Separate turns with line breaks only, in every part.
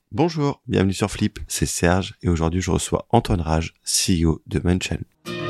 Bonjour, bienvenue sur Flip, c'est Serge et aujourd'hui je reçois Antoine Rage, CEO de Munchen.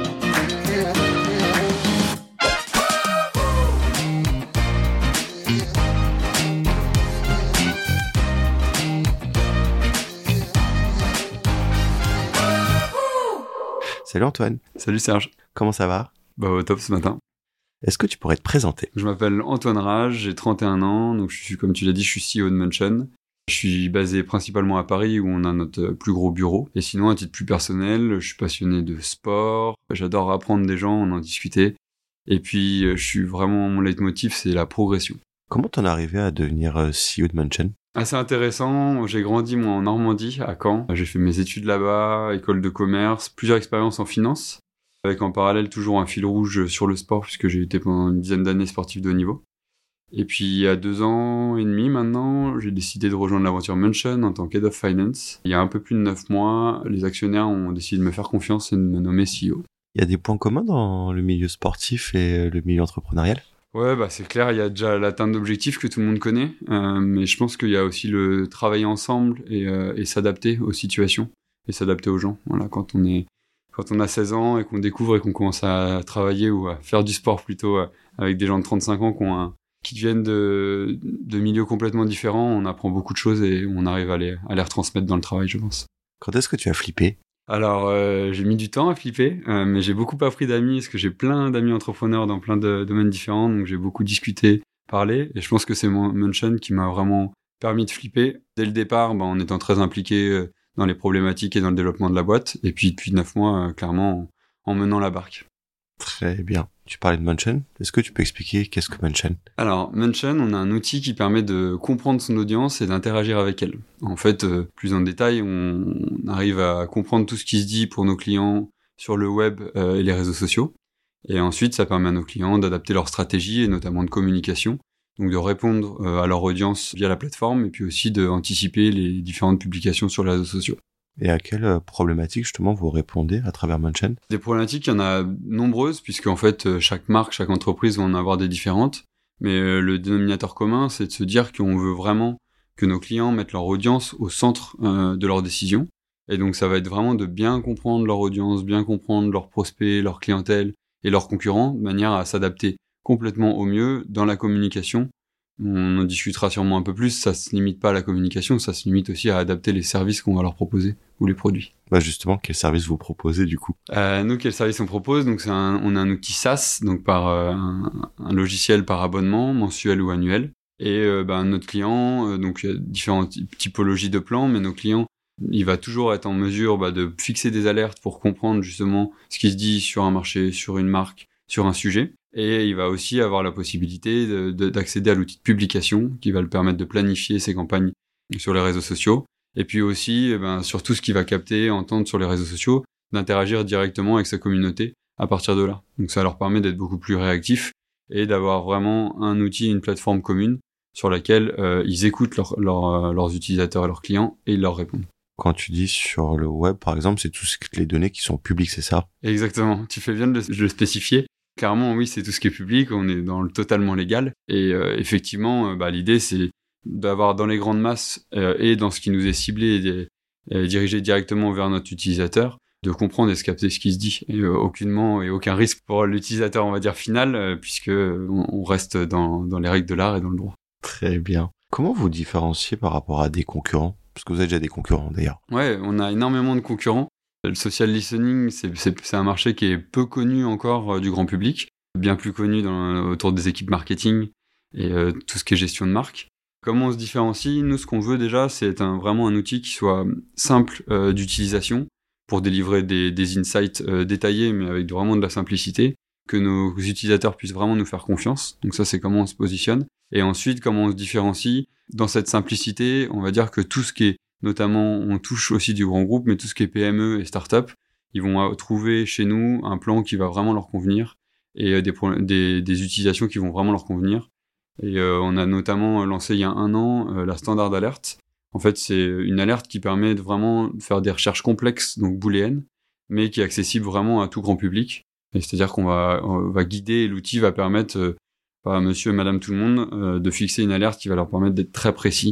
Salut Antoine.
Salut Serge.
Comment ça va ?
Au top ce matin.
Est-ce que tu pourrais te présenter ?
Je m'appelle Antoine Rage, j'ai 31 ans, donc comme tu l'as dit, je suis CEO de Munchen. Je suis basé principalement à Paris où on a notre plus gros bureau. Et sinon, à titre plus personnel, je suis passionné de sport, j'adore apprendre des gens, en discuter. Et puis, mon leitmotiv, c'est la progression.
Comment t'en es arrivé à devenir CEO de Munchen ?
Assez intéressant, j'ai grandi moi en Normandie, à Caen. J'ai fait mes études là-bas, école de commerce, plusieurs expériences en finance, avec en parallèle toujours un fil rouge sur le sport, puisque j'ai été pendant une dizaine d'années sportif de haut niveau. Et puis, il y a 2 ans et demi maintenant, j'ai décidé de rejoindre l'aventure Munchen en tant qu'Head of Finance. Il y a un peu plus de 9 mois, les actionnaires ont décidé de me faire confiance et de me nommer CEO.
Il y a des points communs dans le milieu sportif et le milieu entrepreneurial ?
Ouais, c'est clair, il y a déjà l'atteinte d'objectifs que tout le monde connaît, mais je pense qu'il y a aussi le travailler ensemble et s'adapter aux situations et s'adapter aux gens. Voilà, quand on a 16 ans et qu'on découvre et qu'on commence à travailler ou à faire du sport plutôt avec des gens de 35 ans qui viennent de milieux complètement différents, on apprend beaucoup de choses et on arrive à les retransmettre dans le travail, je pense.
Quand est-ce que tu as flippé ?
Alors, j'ai mis du temps à flipper, mais j'ai beaucoup appris d'amis, parce que j'ai plein d'amis entrepreneurs dans plein de domaines différents, donc j'ai beaucoup discuté, parlé, et je pense que c'est Munchen qui m'a vraiment permis de flipper. Dès le départ, en étant très impliqué dans les problématiques et dans le développement de la boîte, et puis depuis 9 mois, clairement, en menant la barque.
Très bien. Tu parlais de Munchen. Est-ce que tu peux expliquer qu'est-ce que Munchen ?
Alors, Munchen, on a un outil qui permet de comprendre son audience et d'interagir avec elle. En fait, plus en détail, on arrive à comprendre tout ce qui se dit pour nos clients sur le web et les réseaux sociaux. Et ensuite, ça permet à nos clients d'adapter leur stratégie et notamment de communication. Donc de répondre à leur audience via la plateforme et puis aussi d'anticiper les différentes publications sur les réseaux sociaux.
Et à quelles problématiques, justement, vous répondez à travers Munchen ?
Des problématiques, il y en a nombreuses, puisque en fait, chaque marque, chaque entreprise va en avoir des différentes. Mais le dénominateur commun, c'est de se dire qu'on veut vraiment que nos clients mettent leur audience au centre de leurs décisions. Et donc, ça va être vraiment de bien comprendre leur audience, bien comprendre leurs prospects, leur clientèle et leurs concurrents, de manière à s'adapter complètement au mieux dans la communication. On en discutera sûrement un peu plus, ça se limite pas à la communication, ça se limite aussi à adapter les services qu'on va leur proposer ou les produits.
Justement, quel service vous proposez du coup ?
Nous, quel service on propose ? Donc on a un outil SaaS, donc par un logiciel par abonnement, mensuel ou annuel. Et notre client, donc il y a différentes typologies de plans, mais nos clients, il va toujours être en mesure de fixer des alertes pour comprendre justement ce qui se dit sur un marché, sur une marque, sur un sujet. Et il va aussi avoir la possibilité d'accéder à l'outil de publication qui va le permettre de planifier ses campagnes sur les réseaux sociaux. Et puis aussi, sur tout ce qu'il va capter, entendre sur les réseaux sociaux, d'interagir directement avec sa communauté à partir de là. Donc ça leur permet d'être beaucoup plus réactifs et d'avoir vraiment un outil, une plateforme commune sur laquelle ils écoutent leurs utilisateurs et leurs clients et ils leur répondent.
Quand tu dis sur le web, par exemple, c'est toutes les données qui sont publiques, c'est ça ?
Exactement, tu fais bien de le spécifier. Clairement, oui, c'est tout ce qui est public, on est dans le totalement légal. Et effectivement, l'idée, c'est d'avoir dans les grandes masses et dans ce qui nous est ciblé et dirigé directement vers notre utilisateur, de comprendre et de capter ce qui se dit. Et aucun risque pour l'utilisateur, on va dire, final, puisque on reste dans les règles de l'art et dans le droit.
Très bien. Comment vous différenciez par rapport à des concurrents ? Parce que vous avez déjà des concurrents, d'ailleurs.
Ouais, on a énormément de concurrents. Le social listening, c'est un marché qui est peu connu encore du grand public, bien plus connu autour des équipes marketing et tout ce qui est gestion de marque. Comment on se différencie ? Nous, ce qu'on veut déjà, c'est vraiment un outil qui soit simple d'utilisation pour délivrer des insights détaillés, mais avec vraiment de la simplicité, que nos utilisateurs puissent vraiment nous faire confiance. Donc ça, c'est comment on se positionne. Et ensuite, comment on se différencie ? Dans cette simplicité, on va dire que tout ce qui est, notamment, on touche aussi du grand groupe, mais tout ce qui est PME et start-up, ils vont trouver chez nous un plan qui va vraiment leur convenir et des utilisations qui vont vraiment leur convenir. Et on a notamment lancé il y a 1 an la Standard Alert. En fait, c'est une alerte qui permet de vraiment faire des recherches complexes, donc booléennes, mais qui est accessible vraiment à tout grand public. Et c'est-à-dire qu'on va guider et l'outil va permettre à monsieur et madame tout le monde de fixer une alerte qui va leur permettre d'être très précis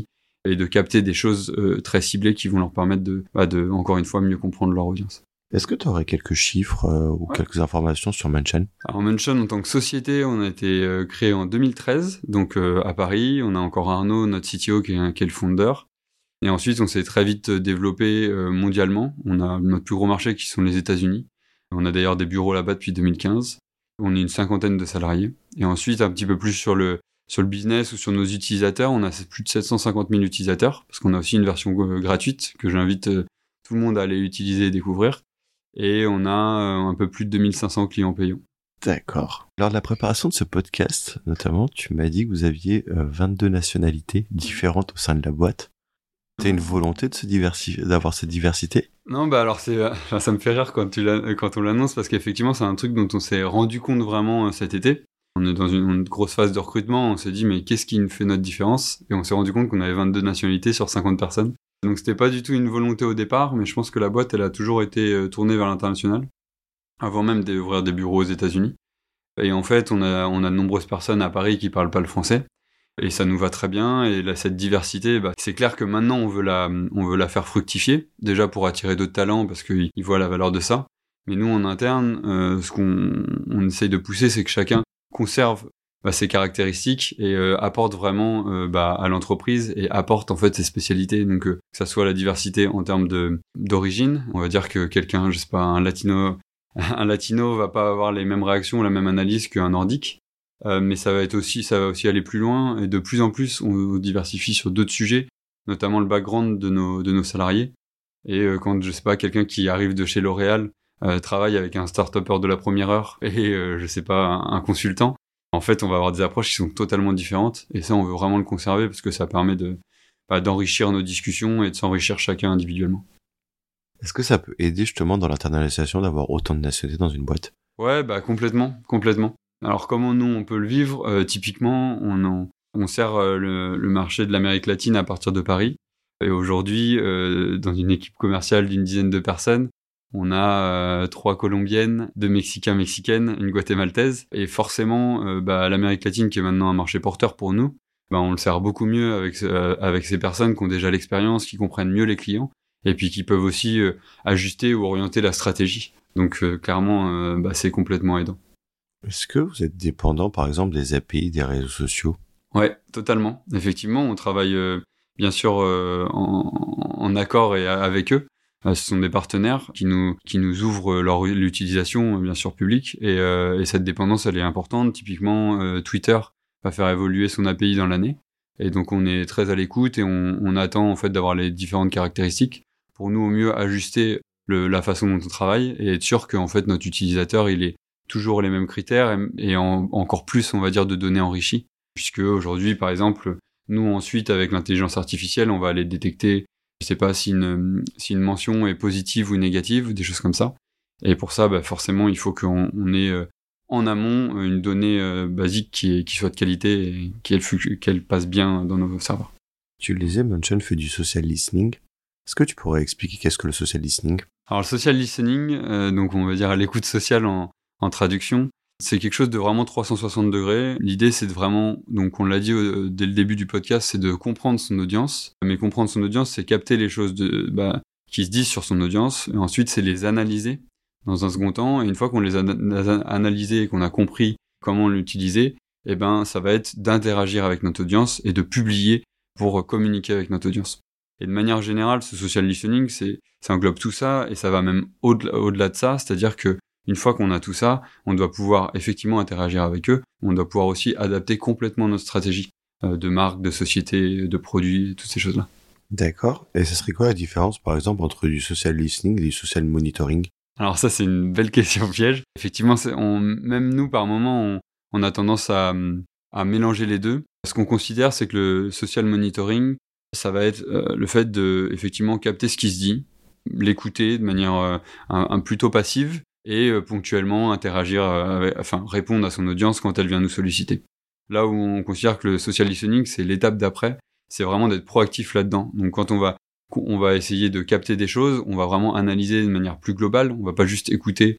et de capter des choses très ciblées qui vont leur permettre de encore une fois, mieux comprendre leur audience.
Est-ce que tu aurais quelques chiffres ou quelques informations sur Mention?
Alors Mention, en tant que société, on a été créé en 2013, donc à Paris. On a encore Arnaud, notre CTO, qui est le fondeur. Et ensuite, on s'est très vite développé mondialement. On a notre plus gros marché qui sont les États-Unis. On a d'ailleurs des bureaux là-bas depuis 2015. On est une 50aine de salariés. Et ensuite, un petit peu plus sur le business ou sur nos utilisateurs, on a plus de 750 000 utilisateurs, parce qu'on a aussi une version gratuite que j'invite tout le monde à aller utiliser et découvrir. Et on a un peu plus de 2500 clients payants.
D'accord. Lors de la préparation de ce podcast, notamment, tu m'as dit que vous aviez 22 nationalités différentes au sein de la boîte. T'as une volonté de d'avoir cette diversité?
Non, alors ça me fait rire quand on l'annonce, parce qu'effectivement, c'est un truc dont on s'est rendu compte vraiment cet été. On est dans une grosse phase de recrutement, on s'est dit, mais qu'est-ce qui fait notre différence? Et on s'est rendu compte qu'on avait 22 nationalités sur 50 personnes. Donc c'était pas du tout une volonté au départ, mais je pense que la boîte, elle a toujours été tournée vers l'international, avant même d'ouvrir des bureaux aux États-Unis. Et en fait, on a de nombreuses personnes à Paris qui parlent pas le français, et ça nous va très bien. Et là, cette diversité, c'est clair que maintenant on veut la faire fructifier, déjà pour attirer d'autres talents, parce qu'ils voient la valeur de ça. Mais nous, en interne, ce qu'on essaye de pousser, c'est que chacun conserve ses caractéristiques et apporte vraiment à l'entreprise, et apporte en fait ses spécialités. Donc que ça soit la diversité en termes d'origine, on va dire que quelqu'un, je sais pas, un latino va pas avoir les mêmes réactions, la même analyse qu'un nordique, mais ça va aussi aller plus loin, et de plus en plus on diversifie sur d'autres sujets, notamment le background de nos salariés. Et quand, je sais pas, quelqu'un qui arrive de chez L'Oréal travaille avec un start-upper de la première heure et je sais pas, un consultant, en fait on va avoir des approches qui sont totalement différentes, et ça on veut vraiment le conserver, parce que ça permet d'enrichir nos discussions et de s'enrichir chacun individuellement.
Est-ce que ça peut aider justement dans l'internalisation d'avoir autant de nationalités dans une boîte?
Ouais, complètement. Alors comment nous on peut le vivre? Typiquement, on sert le marché de l'Amérique latine à partir de Paris. Et aujourd'hui, dans une équipe commerciale d'une dizaine de personnes, on a 3 Colombiennes, 2 Mexicaines, une Guatémaltaise. Et forcément, l'Amérique latine, qui est maintenant un marché porteur pour nous, on le sert beaucoup mieux avec ces personnes qui ont déjà l'expérience, qui comprennent mieux les clients, et puis qui peuvent aussi ajuster ou orienter la stratégie. Donc clairement, c'est complètement aidant.
Est-ce que vous êtes dépendant, par exemple, des API, des réseaux sociaux? Ouais,
totalement. Effectivement, on travaille bien sûr en accord et avec eux. Ce sont des partenaires qui nous ouvrent l'utilisation, bien sûr, publique. Et cette dépendance, elle est importante. Typiquement, Twitter va faire évoluer son API dans l'année. Et donc, on est très à l'écoute, et on attend en fait d'avoir les différentes caractéristiques pour nous au mieux ajuster la façon dont on travaille, et être sûr que en fait, notre utilisateur, il est toujours les mêmes critères, et encore plus, on va dire, de données enrichies. Puisque aujourd'hui, par exemple, nous ensuite, avec l'intelligence artificielle, on va aller détecter, je sais pas, si une mention est positive ou négative, des choses comme ça. Et pour ça, forcément, il faut qu'on ait en amont une donnée basique qui soit de qualité, et qu'elle passe bien dans nos serveurs.
Tu le disais, Mention fait du social listening. Est-ce que tu pourrais expliquer qu'est-ce que le social listening? Alors,
le social listening, donc on va dire l'écoute sociale en traduction, c'est quelque chose de vraiment 360 degrés. L'idée, c'est de vraiment, donc on l'a dit dès le début du podcast, c'est de comprendre son audience. Mais comprendre son audience, c'est capter les choses qui se disent sur son audience, et ensuite c'est les analyser dans un second temps. Et une fois qu'on les a analysés et qu'on a compris comment l'utiliser, ça va être d'interagir avec notre audience et de publier pour communiquer avec notre audience. Et de manière générale, ce social listening, ça englobe tout ça, et ça va même au-delà de ça, c'est-à-dire que une fois qu'on a tout ça, on doit pouvoir effectivement interagir avec eux, on doit pouvoir aussi adapter complètement notre stratégie de marque, de société, de produits, toutes ces choses-là.
D'accord. Et ça serait quoi la différence, par exemple, entre du social listening et du social monitoring?
Alors ça, c'est une belle question piège. Effectivement, même nous, par moment, on a tendance à mélanger les deux. Ce qu'on considère, c'est que le social monitoring, ça va être le fait de effectivement capter ce qui se dit, l'écouter de manière plutôt passive, et ponctuellement interagir, répondre à son audience quand elle vient nous solliciter. Là où on considère que le social listening, c'est l'étape d'après, c'est vraiment d'être proactif là-dedans. Donc quand on va essayer de capter des choses, on va vraiment analyser de manière plus globale, on va pas juste écouter,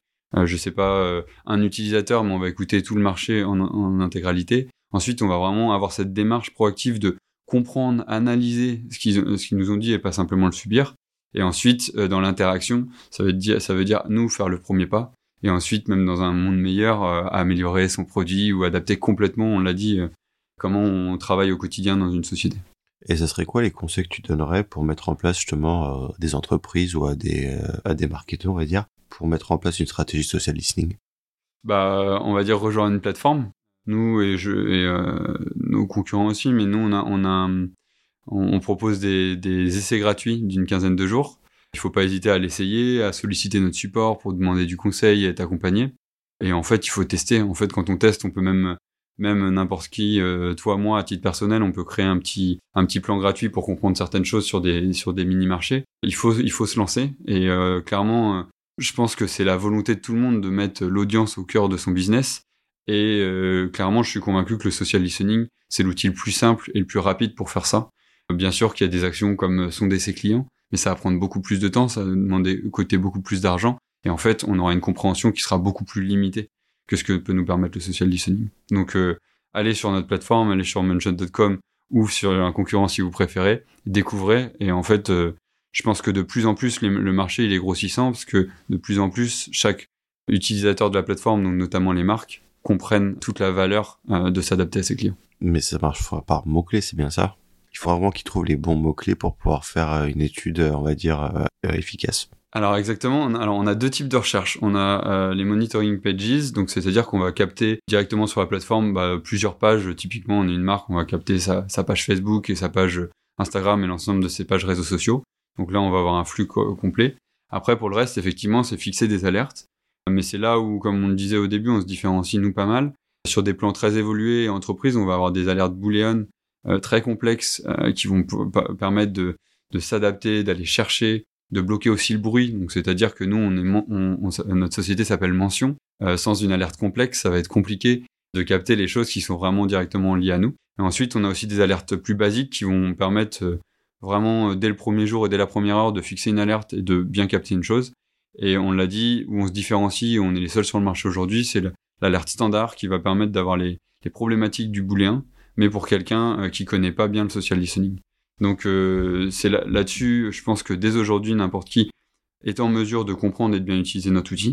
un utilisateur, mais on va écouter tout le marché en intégralité. Ensuite, on va vraiment avoir cette démarche proactive de comprendre, analyser ce qu'ils nous ont dit et pas simplement le subir. Et ensuite, dans l'interaction, ça veut dire nous faire le premier pas. Et ensuite, même dans un monde meilleur, améliorer son produit ou adapter complètement, on l'a dit, comment on travaille au quotidien dans une société.
Et ça serait quoi les conseils que tu donnerais pour mettre en place justement des entreprises ou à des marketeurs, on va dire, pour mettre en place une stratégie social listening?
On va dire rejoindre une plateforme. Nous et nos concurrents aussi, mais nous on propose des essais gratuits d'une 15aine de jours. Il faut pas hésiter à l'essayer, à solliciter notre support pour demander du conseil et être accompagné. Et en fait, il faut tester. En fait, quand on teste, on peut même n'importe qui, toi, moi, à titre personnel, on peut créer un petit plan gratuit pour comprendre certaines choses sur des mini-marchés. Il faut se lancer. Et clairement, je pense que c'est la volonté de tout le monde de mettre l'audience au cœur de son business. Et clairement, je suis convaincu que le social listening, c'est l'outil le plus simple et le plus rapide pour faire ça. Bien sûr qu'il y a des actions comme sonder ses clients, mais ça va prendre beaucoup plus de temps, ça va demander coûter beaucoup plus d'argent. Et en fait, on aura une compréhension qui sera beaucoup plus limitée que ce que peut nous permettre le social listening. Donc, allez sur notre plateforme, allez sur moonshot.com ou sur un concurrent si vous préférez, découvrez. Et en fait, je pense que de plus en plus, le marché il est grossissant parce que de plus en plus, chaque utilisateur de la plateforme, donc notamment les marques, comprennent toute la valeur de s'adapter à ses clients.
Mais ça marche par mots-clés, c'est bien ça? Il faut vraiment qu'ils trouvent les bons mots-clés pour pouvoir faire une étude, on va dire, efficace.
Alors exactement, on a deux types de recherches. On a les monitoring pages, donc c'est-à-dire qu'on va capter directement sur la plateforme plusieurs pages. Typiquement, on est une marque, on va capter sa page Facebook et sa page Instagram et l'ensemble de ses pages réseaux sociaux. Donc là, on va avoir un flux complet. Après, pour le reste, effectivement, c'est fixer des alertes. Mais c'est là où, comme on le disait au début, on se différencie nous pas mal. Sur des plans très évolués et entreprises, on va avoir des alertes booléennes très complexes qui vont permettre de s'adapter, d'aller chercher, de bloquer aussi le bruit. Donc, c'est-à-dire que nous, notre société s'appelle Mention. Sans une alerte complexe, ça va être compliqué de capter les choses qui sont vraiment directement liées à nous. Et ensuite, on a aussi des alertes plus basiques qui vont permettre vraiment, dès le premier jour et dès la première heure, de fixer une alerte et de bien capter une chose. Et on l'a dit, où on se différencie, et on est les seuls sur le marché aujourd'hui, c'est l'alerte standard qui va permettre d'avoir les problématiques du booléen, mais pour quelqu'un qui connaît pas bien le social listening. Donc c'est là-dessus, je pense que dès aujourd'hui, n'importe qui est en mesure de comprendre et de bien utiliser notre outil.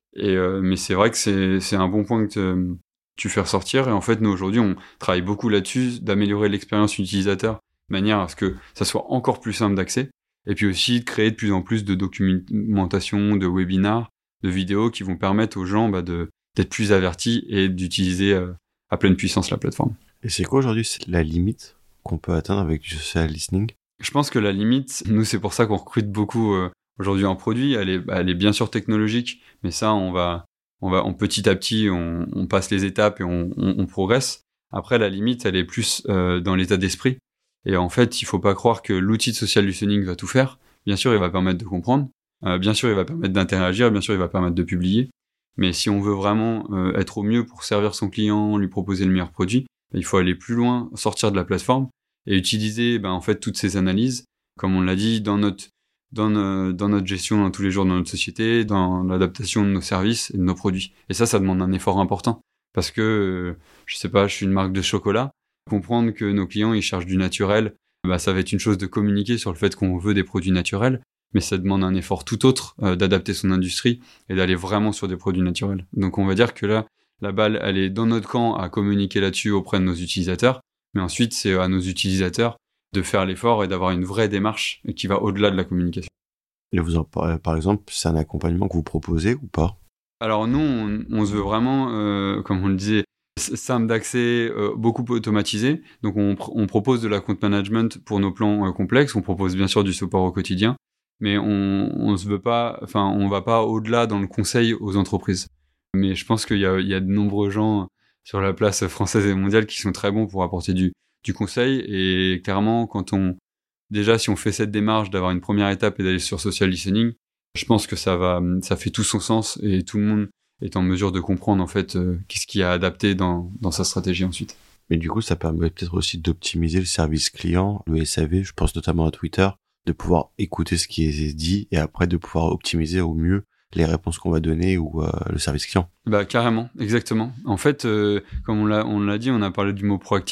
Mais c'est vrai que c'est un bon point que tu fais ressortir. Et en fait, nous aujourd'hui, on travaille beaucoup là-dessus, d'améliorer l'expérience utilisateur de manière à ce que ça soit encore plus simple d'accès. Et puis aussi de créer de plus en plus de documentation, de webinars, de vidéos qui vont permettre aux gens d'être plus avertis et d'utiliser à pleine puissance la plateforme.
Et c'est quoi aujourd'hui la limite qu'on peut atteindre avec du social listening?
Je pense que la limite, nous c'est pour ça qu'on recrute beaucoup aujourd'hui en produit, elle est bien sûr technologique, mais ça on petit à petit on passe les étapes et on progresse. Après la limite elle est plus dans l'état d'esprit. Et en fait, il faut pas croire que l'outil de social listening va tout faire. Bien sûr, il va permettre de comprendre. Bien sûr, il va permettre d'interagir. Bien sûr, il va permettre de publier. Mais si on veut vraiment être au mieux pour servir son client, lui proposer le meilleur produit, il faut aller plus loin, sortir de la plateforme et utiliser en fait toutes ces analyses, comme on l'a dit, dans notre gestion dans tous les jours de notre société, dans l'adaptation de nos services et de nos produits. Et ça demande un effort important. Parce que, je sais pas, je suis une marque de chocolat. Comprendre que nos clients ils cherchent du naturel, ça va être une chose de communiquer sur le fait qu'on veut des produits naturels, mais ça demande un effort tout autre d'adapter son industrie et d'aller vraiment sur des produits naturels. Donc on va dire que là, la balle elle est dans notre camp à communiquer là-dessus auprès de nos utilisateurs, mais ensuite c'est à nos utilisateurs de faire l'effort et d'avoir une vraie démarche qui va au-delà de la communication.
Et par exemple, c'est un accompagnement que vous proposez ou pas?
Alors nous, on se veut vraiment, comme on le disait, simple d'accès, beaucoup automatisé. Donc on propose de l'account management pour nos plans complexes. On propose bien sûr du support au quotidien, mais on se veut pas, on va pas au-delà dans le conseil aux entreprises. Mais je pense qu'il y a de nombreux gens sur la place française et mondiale qui sont très bons pour apporter du conseil. Et clairement, si on fait cette démarche d'avoir une première étape et d'aller sur social listening, je pense que ça fait tout son sens et tout le monde est en mesure de comprendre en fait qu'est-ce qu'il y a adapté dans sa stratégie ensuite.
Mais du coup, ça permet peut-être aussi d'optimiser le service client, le SAV, je pense notamment à Twitter, de pouvoir écouter ce qui est dit et après de pouvoir optimiser au mieux les réponses qu'on va donner ou le service client.
Carrément, exactement. En fait, comme on l'a dit, on a parlé du mot proactif.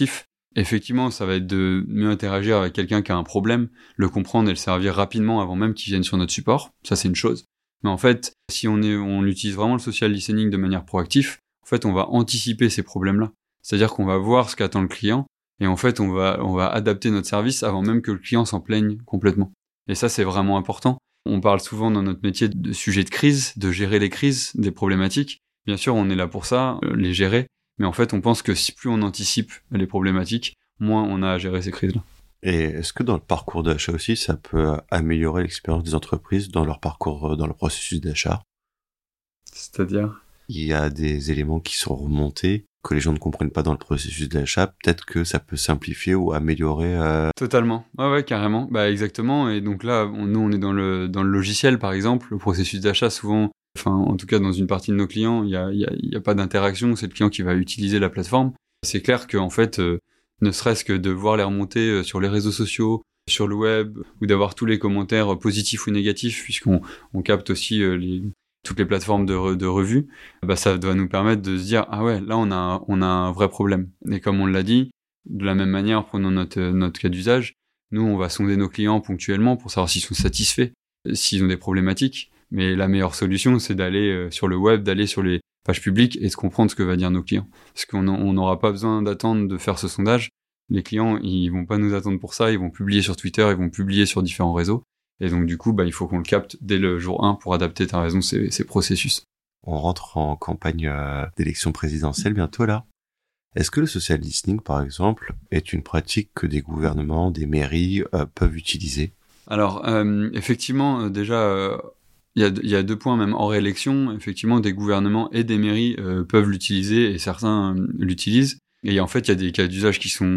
Effectivement, ça va être de mieux interagir avec quelqu'un qui a un problème, le comprendre et le servir rapidement avant même qu'il vienne sur notre support. Ça, c'est une chose. Mais en fait, si on utilise vraiment le social listening de manière proactive, en fait, on va anticiper ces problèmes-là. C'est-à-dire qu'on va voir ce qu'attend le client et en fait, on va adapter notre service avant même que le client s'en plaigne complètement. Et ça, c'est vraiment important. On parle souvent dans notre métier de sujets de crise, de gérer les crises, des problématiques. Bien sûr, on est là pour ça, les gérer. Mais en fait, on pense que si plus on anticipe les problématiques, moins on a à gérer ces crises-là.
Et est-ce que dans le parcours d'achat aussi, ça peut améliorer l'expérience des entreprises dans leur parcours, dans le processus d'achat?
C'est-à-dire?
Il y a des éléments qui sont remontés, que les gens ne comprennent pas dans le processus d'achat. Peut-être que ça peut simplifier ou améliorer...
Totalement. Ouais, carrément. Bah, exactement. Et donc là, nous, on est dans le logiciel, par exemple. Le processus d'achat, souvent, enfin, en tout cas, dans une partie de nos clients, il y a pas d'interaction. C'est le client qui va utiliser la plateforme. C'est clair qu'en fait, ne serait-ce que de voir les remontées sur les réseaux sociaux, sur le web, ou d'avoir tous les commentaires positifs ou négatifs, puisqu'on capte aussi toutes les plateformes de revues, bah, ça doit nous permettre de se dire, ah ouais, là, on a un vrai problème. Et comme on l'a dit, de la même manière, prenons notre cas d'usage, nous, on va sonder nos clients ponctuellement pour savoir s'ils sont satisfaits, s'ils ont des problématiques. Mais la meilleure solution, c'est d'aller sur le web, d'aller sur les pages publiques et de comprendre ce que va dire nos clients. Parce qu'on n'aura pas besoin d'attendre de faire ce sondage. Les clients, ils vont pas nous attendre pour ça. Ils vont publier sur Twitter, ils vont publier sur différents réseaux. Et donc, du coup, bah, il faut qu'on le capte dès le jour 1 pour adapter, t'as raison, ces processus.
On rentre en campagne d'élection présidentielle bientôt, là. Est-ce que le social listening, par exemple, est une pratique que des gouvernements, des mairies peuvent utiliser?
Alors, effectivement, déjà, il y a 2 points, même hors élection. Effectivement, des gouvernements et des mairies peuvent l'utiliser et certains l'utilisent. Et en fait, il y a des cas d'usage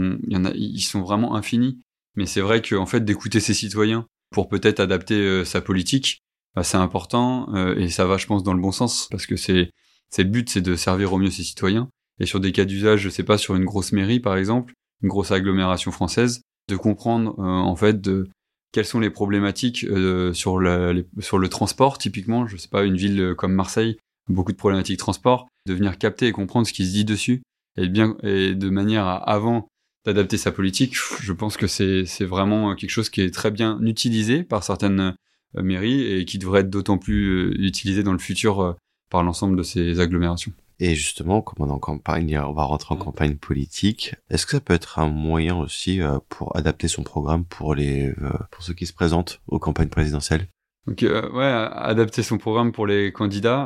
ils sont vraiment infinis. Mais c'est vrai qu'en fait, d'écouter ses citoyens pour peut-être adapter sa politique, bah, c'est important et ça va, je pense, dans le bon sens parce que le but, c'est de servir au mieux ses citoyens. Et sur des cas d'usage, je sais pas, sur une grosse mairie, par exemple, une grosse agglomération française, de comprendre en fait quelles sont les problématiques sur le transport, typiquement. Je sais pas, une ville comme Marseille, beaucoup de problématiques de transport, de venir capter et comprendre ce qui se dit dessus et de manière à, avant d'adapter sa politique, je pense que c'est vraiment quelque chose qui est très bien utilisé par certaines mairies et qui devrait être d'autant plus utilisé dans le futur par l'ensemble de ces agglomérations.
Et justement, comme on est en campagne, on va rentrer en campagne politique. Est-ce que ça peut être un moyen aussi pour adapter son programme pour ceux qui se présentent aux campagnes présidentielles?
Donc ouais, adapter son programme pour les candidats,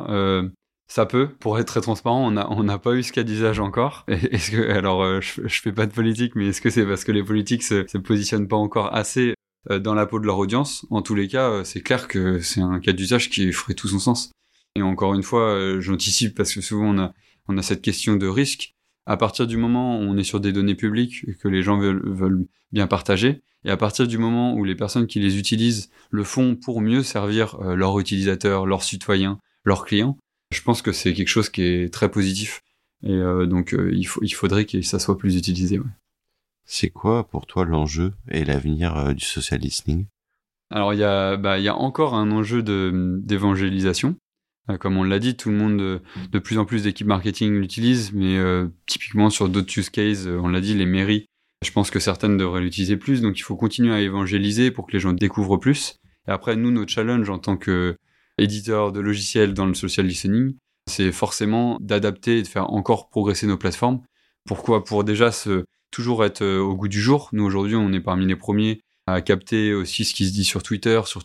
ça peut. Pour être très transparent, on n'a pas eu ce cas d'usage encore. Est-ce que, alors, je fais pas de politique, mais est-ce que c'est parce que les politiques se positionnent pas encore assez dans la peau de leur audience? En tous les cas, c'est clair que c'est un cas d'usage qui ferait tout son sens. Et encore une fois, j'anticipe parce que souvent on a cette question de risque. À partir du moment où on est sur des données publiques et que les gens veulent bien partager, et à partir du moment où les personnes qui les utilisent le font pour mieux servir leurs utilisateurs, leurs citoyens, leurs clients, je pense que c'est quelque chose qui est très positif. Et donc il faudrait que ça soit plus utilisé. Ouais.
C'est quoi pour toi l'enjeu et l'avenir du social listening?
Alors il y a encore un enjeu d'évangélisation. Comme on l'a dit, tout le monde, de plus en plus d'équipes marketing l'utilisent, mais typiquement sur d'autres use cases, on l'a dit, les mairies, je pense que certaines devraient l'utiliser plus, donc il faut continuer à évangéliser pour que les gens découvrent plus. Et après, nous, notre challenge en tant qu'éditeur de logiciels dans le social listening, c'est forcément d'adapter et de faire encore progresser nos plateformes. Pourquoi? Pour déjà toujours être au goût du jour. Nous, aujourd'hui, on est parmi les premiers à capter aussi ce qui se dit sur Twitter, sur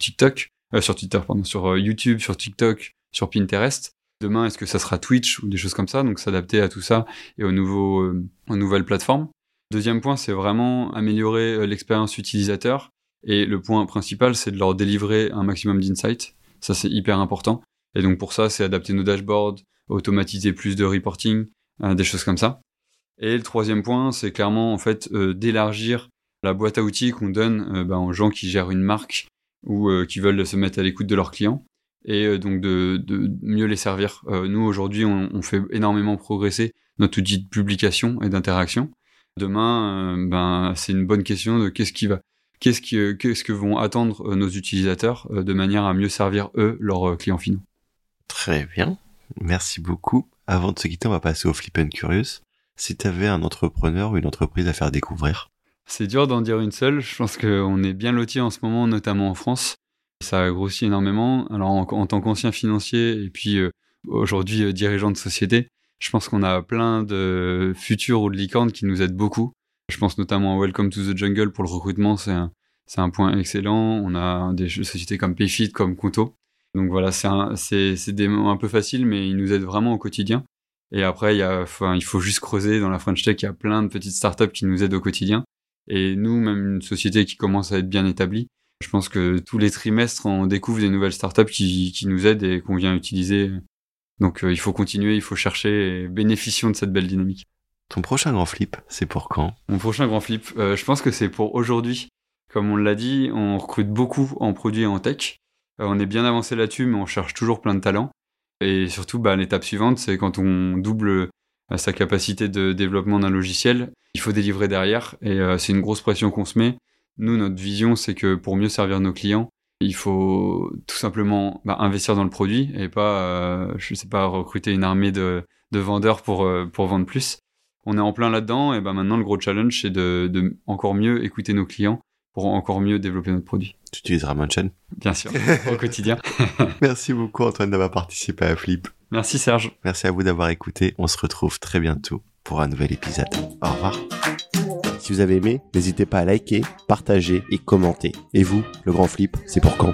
YouTube, sur TikTok, sur Pinterest. Demain, est-ce que ça sera Twitch ou des choses comme ça? Donc, s'adapter à tout ça et aux nouvelles plateformes. Deuxième point, c'est vraiment améliorer l'expérience utilisateur. Et le point principal, c'est de leur délivrer un maximum d'insights. Ça, c'est hyper important. Et donc, pour ça, c'est adapter nos dashboards, automatiser plus de reporting, des choses comme ça. Et le troisième point, c'est clairement, en fait, d'élargir la boîte à outils qu'on donne aux gens qui gèrent une marque ou qui veulent se mettre à l'écoute de leurs clients. Et donc de mieux les servir. Nous, aujourd'hui, on fait énormément progresser notre outil de publication et d'interaction. Demain, c'est une bonne question de qu'est-ce que vont attendre nos utilisateurs de manière à mieux servir, eux, leurs clients finaux.
Très bien. Merci beaucoup. Avant de se quitter, on va passer au Flip and Curious. Si tu avais un entrepreneur ou une entreprise à faire découvrir?
C'est dur d'en dire une seule. Je pense qu'on est bien lotis en ce moment, notamment en France. Ça a grossi énormément. Alors, en tant qu'ancien financier et puis aujourd'hui dirigeant de société, je pense qu'on a plein de futurs ou de licornes qui nous aident beaucoup. Je pense notamment à Welcome to the Jungle pour le recrutement. C'est un point excellent. On a des sociétés comme Payfit, comme Conto. Donc voilà, c'est des mots un peu faciles, mais ils nous aident vraiment au quotidien. Et après, il faut juste creuser dans la French Tech. Il y a plein de petites startups qui nous aident au quotidien. Et nous, même une société qui commence à être bien établie, je pense que tous les trimestres, on découvre des nouvelles startups qui nous aident et qu'on vient utiliser. Donc il faut continuer, il faut chercher et bénéficions de cette belle dynamique.
Ton prochain grand flip, c'est pour quand?
Mon prochain grand flip, je pense que c'est pour aujourd'hui. Comme on l'a dit, on recrute beaucoup en produits et en tech. On est bien avancé là-dessus, mais on cherche toujours plein de talents. Et surtout, l'étape suivante, c'est quand on double sa capacité de développement d'un logiciel, il faut délivrer derrière. Et c'est une grosse pression qu'on se met. Nous, notre vision, c'est que pour mieux servir nos clients, il faut tout simplement investir dans le produit et pas, recruter une armée de vendeurs pour vendre plus. On est en plein là-dedans et maintenant, le gros challenge, c'est de encore mieux écouter nos clients pour encore mieux développer notre produit.
Tu utiliseras Munchen?
Bien sûr, au quotidien.
Merci beaucoup Antoine d'avoir participé à Flip.
Merci Serge.
Merci à vous d'avoir écouté. On se retrouve très bientôt pour un nouvel épisode. Au revoir. Si vous avez aimé, n'hésitez pas à liker, partager et commenter. Et vous, le grand flip, c'est pour quand ?